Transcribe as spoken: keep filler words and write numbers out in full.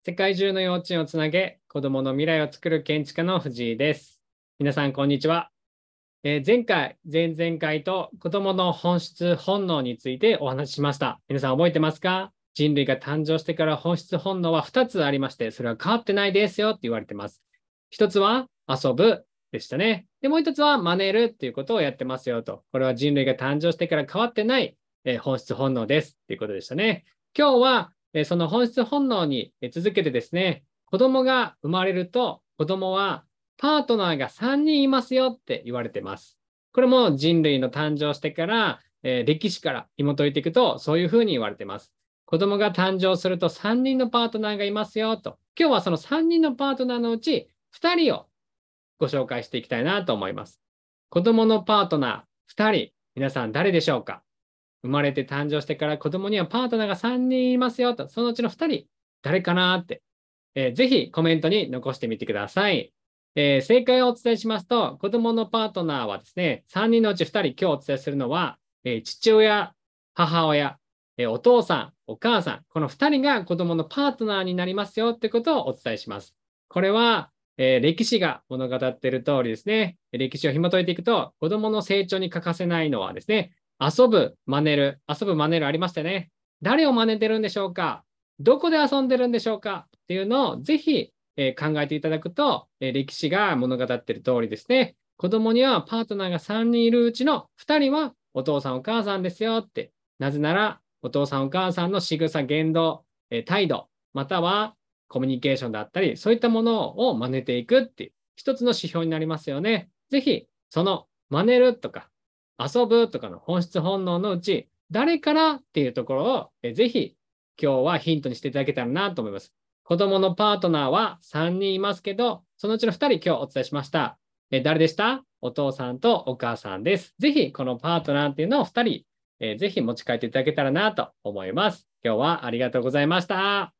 世界中の幼稚園をつなげ、子供の未来を作る建築家の藤井です。皆さん、こんにちは。えー前回、前々回と子供の本質、本能についてお話ししました。皆さん覚えてますか？人類が誕生してから本質、本能はふたつありまして、それは変わってないですよって言われてます。ひとつは遊ぶでしたね。で、もうひとつは真似るっていうことをやってますよと。これは人類が誕生してから変わってない、えー本質、本能ですっていうことでしたね。今日は、えーその本質、本能に続けてですね、子供が生まれると、子供はパートナーがさんにんいますよって言われてます。これも人類の誕生してから、えー歴史から紐解いていくと、そういうふうに言われてます。子供が誕生するとさんにんのパートナーがいますよと。今日はそのさんにんのパートナーのうちふたりをご紹介していきたいなと思います。子供のパートナーふたり、皆さん誰でしょうか？生まれて誕生してから子供にはパートナーがさんにんいますよと。そのうちのふたり、誰かなって、えーぜひコメントに残してみてください。えー正解をお伝えしますと、子供のパートナーはですね、さんにんのうちふたり、今日お伝えするのは、えー父親、母親、えーお父さん、お母さん、このふたりが子供のパートナーになりますよってことをお伝えします。これは、えー歴史が物語っている通りですね、歴史を紐解いていくと、子供の成長に欠かせないのはですね、遊ぶ、真似る、遊ぶ、真似るありましたね。誰を真似てるんでしょうか？どこで遊んでるんでしょうかっていうのをぜひ、えー考えていただくと、えー歴史が物語っている通りですね。子供にはパートナーがさんにんいるうちのふたりはお父さんお母さんですよって。なぜなら、お父さんお母さんの仕草、言動、えー態度、またはコミュニケーションだったり、そういったものを真似ていくっていう一つの指標になりますよね。ぜひ、その真似るとか遊ぶとかの本質本能のうち、誰からっていうところを、えーぜひ今日はヒントにしていただけたらなと思います。子供のパートナーはさんにんいますけど、そのうちのふたり今日お伝えしました。え誰でした？お父さんとお母さんです。ぜひこのパートナーっていうのをふたり、えーぜひ持ち帰っていただけたらなと思います。今日はありがとうございました。